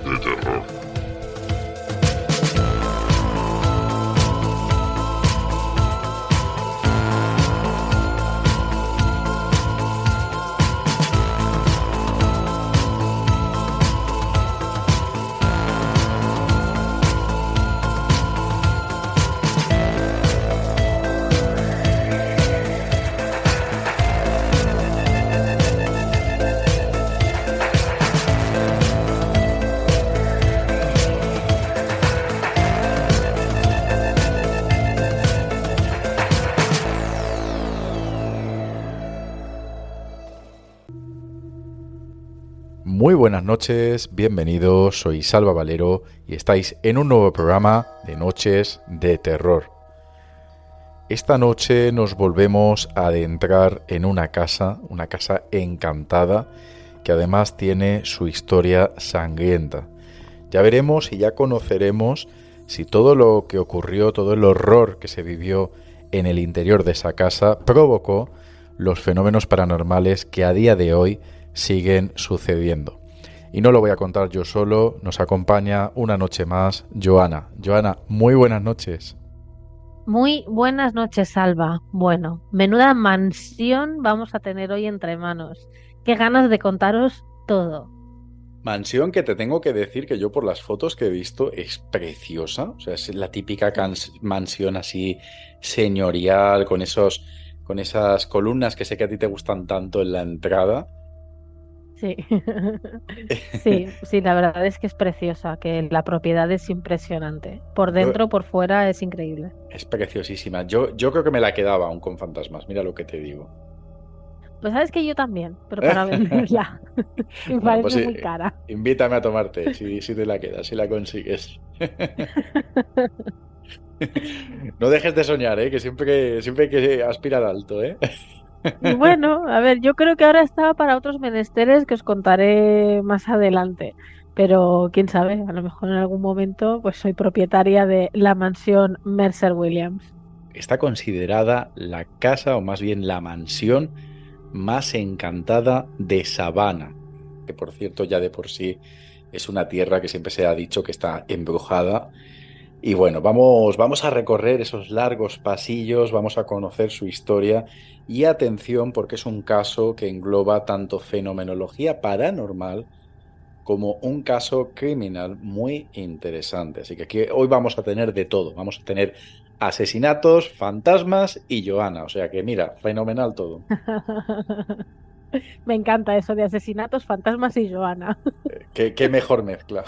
de terror. Muy buenas noches, bienvenidos, soy Salva Valero y estáis en un nuevo programa de Noches de Terror. Esta noche nos volvemos a adentrar en una casa encantada que además tiene su historia sangrienta. Ya veremos y ya conoceremos si todo lo que ocurrió, todo el horror que se vivió en el interior de esa casa provocó los fenómenos paranormales que a día de hoy siguen sucediendo. Y no lo voy a contar yo solo, nos acompaña una noche más Joana. Joana, muy buenas noches. Muy buenas noches, Salva. Bueno, menuda mansión vamos a tener hoy entre manos. Qué ganas de contaros todo. Mansión que te tengo que decir que yo por las fotos que he visto es preciosa. O sea, es la típica Sí. mansión así señorial, con esas columnas que sé que a ti te gustan tanto en la entrada. Sí. Sí, la verdad es que es preciosa, que la propiedad es impresionante. Por Yo, dentro, por fuera es increíble. es preciosísima. Yo creo que me la quedaba aún con fantasmas, mira lo que te digo. Pues sabes que yo también, pero para venderla. Me Bueno, pues parece muy cara. invítame a tomarte si te la quedas, si la consigues. No dejes de soñar, ¿eh? Que siempre hay que aspirar alto, ¿eh? Y bueno, a ver, yo creo que ahora está para otros menesteres que os contaré más adelante. Pero quién sabe, a lo mejor en algún momento pues soy propietaria de la mansión Mercer Williams. Está considerada la casa, o más bien la mansión más encantada de Savannah, que por cierto ya de por sí es una tierra que siempre se ha dicho que está embrujada. Y bueno, vamos a recorrer esos largos pasillos, vamos a conocer su historia y atención porque es un caso que engloba tanto fenomenología paranormal como un caso criminal muy interesante. Así que aquí hoy vamos a tener de todo. Vamos a tener asesinatos, fantasmas y Joana. O sea que mira, fenomenal todo. Me encanta eso de asesinatos, fantasmas y Joana. Qué mejor mezcla.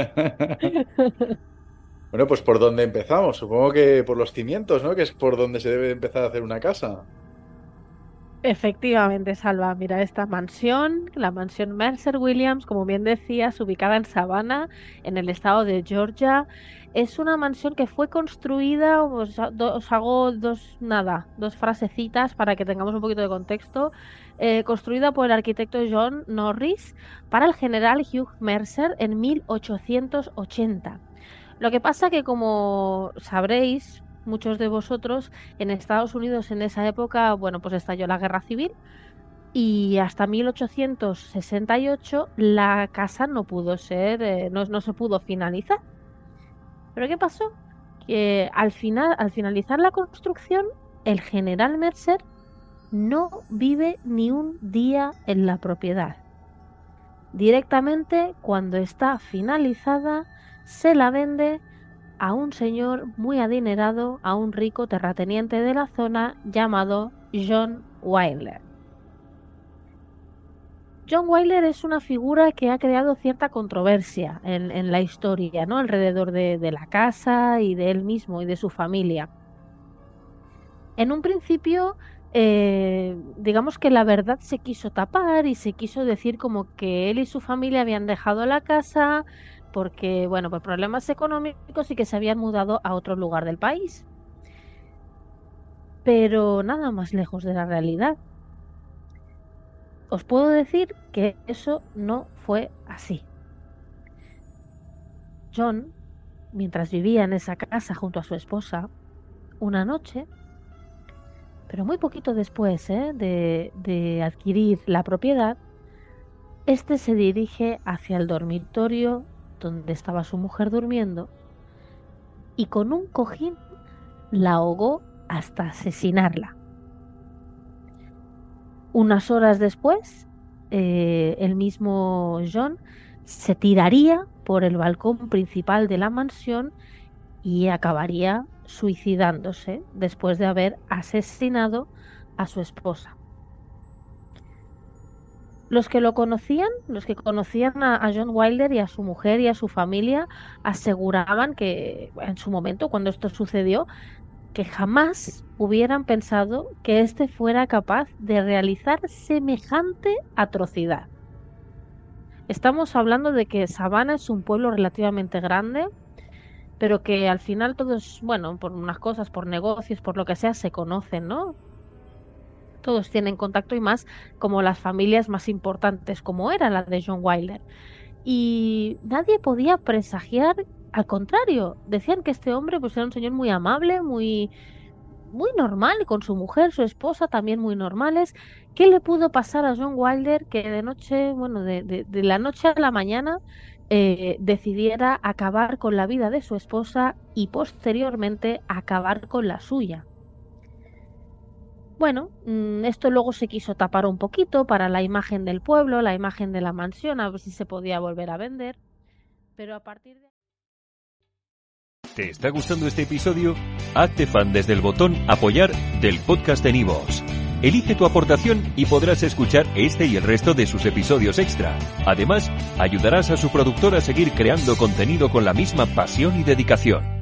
Bueno, pues ¿por dónde empezamos? Supongo que por los cimientos, ¿no? Que es por donde se debe empezar a hacer una casa. Efectivamente, Salva, mira esta mansión, la mansión Mercer Williams, como bien decías, ubicada en Savannah, en el estado de Georgia. Es una mansión que fue construida, os hago dos frasecitas para que tengamos un poquito de contexto, construida por el arquitecto John Norris para el general Hugh Mercer en 1880. Lo que pasa que, como sabréis, muchos de vosotros, en Estados Unidos en esa época, bueno, pues estalló la guerra civil y hasta 1868 la casa no pudo ser, no se pudo finalizar. ¿Pero qué pasó? Que al finalizar la construcción, el general Mercer no vive ni un día en la propiedad. Directamente, cuando está finalizada, se la vende a un señor muy adinerado, a un rico terrateniente de la zona llamado John Wilder. John Wilder es una figura que ha creado cierta controversia en la historia, ¿no? Alrededor de la casa y de él mismo y de su familia. En un principio, digamos que la verdad se quiso tapar y se quiso decir como que él y su familia habían dejado la casa porque, bueno, por problemas económicos y que se habían mudado a otro lugar del país. Pero nada más lejos de la realidad. Os puedo decir que eso no fue así. John, mientras vivía en esa casa junto a su esposa, una noche, pero muy poquito después de adquirir la propiedad, este se dirige hacia el dormitorio donde estaba su mujer durmiendo y con un cojín la ahogó hasta asesinarla. Unas horas después, el mismo John se tiraría por el balcón principal de la mansión y acabaría suicidándose después de haber asesinado a su esposa. Los que conocían a John Wilder y a su mujer y a su familia, aseguraban que en su momento, cuando esto sucedió, que jamás hubieran pensado que éste fuera capaz de realizar semejante atrocidad. Estamos hablando de que Savannah es un pueblo relativamente grande, pero que al final todos, bueno, por unas cosas, por negocios, por lo que sea, se conocen, ¿no? Todos tienen contacto y más como las familias más importantes, como era la de John Wilder. Y nadie podía presagiar, al contrario, decían que este hombre pues era un señor muy amable, muy normal, con su mujer, su esposa también muy normales. ¿Qué le pudo pasar a John Wilder que de noche, bueno, de la noche a la mañana decidiera acabar con la vida de su esposa y posteriormente acabar con la suya? Bueno, esto luego se quiso tapar un poquito para la imagen del pueblo, la imagen de la mansión, a ver si se podía volver a vender, pero a partir de... ¿Te está gustando este episodio? Hazte fan desde el botón Apoyar del podcast de Nivos. Elige tu aportación y podrás escuchar este y el resto de sus episodios extra. Además, ayudarás a su productor a seguir creando contenido con la misma pasión y dedicación.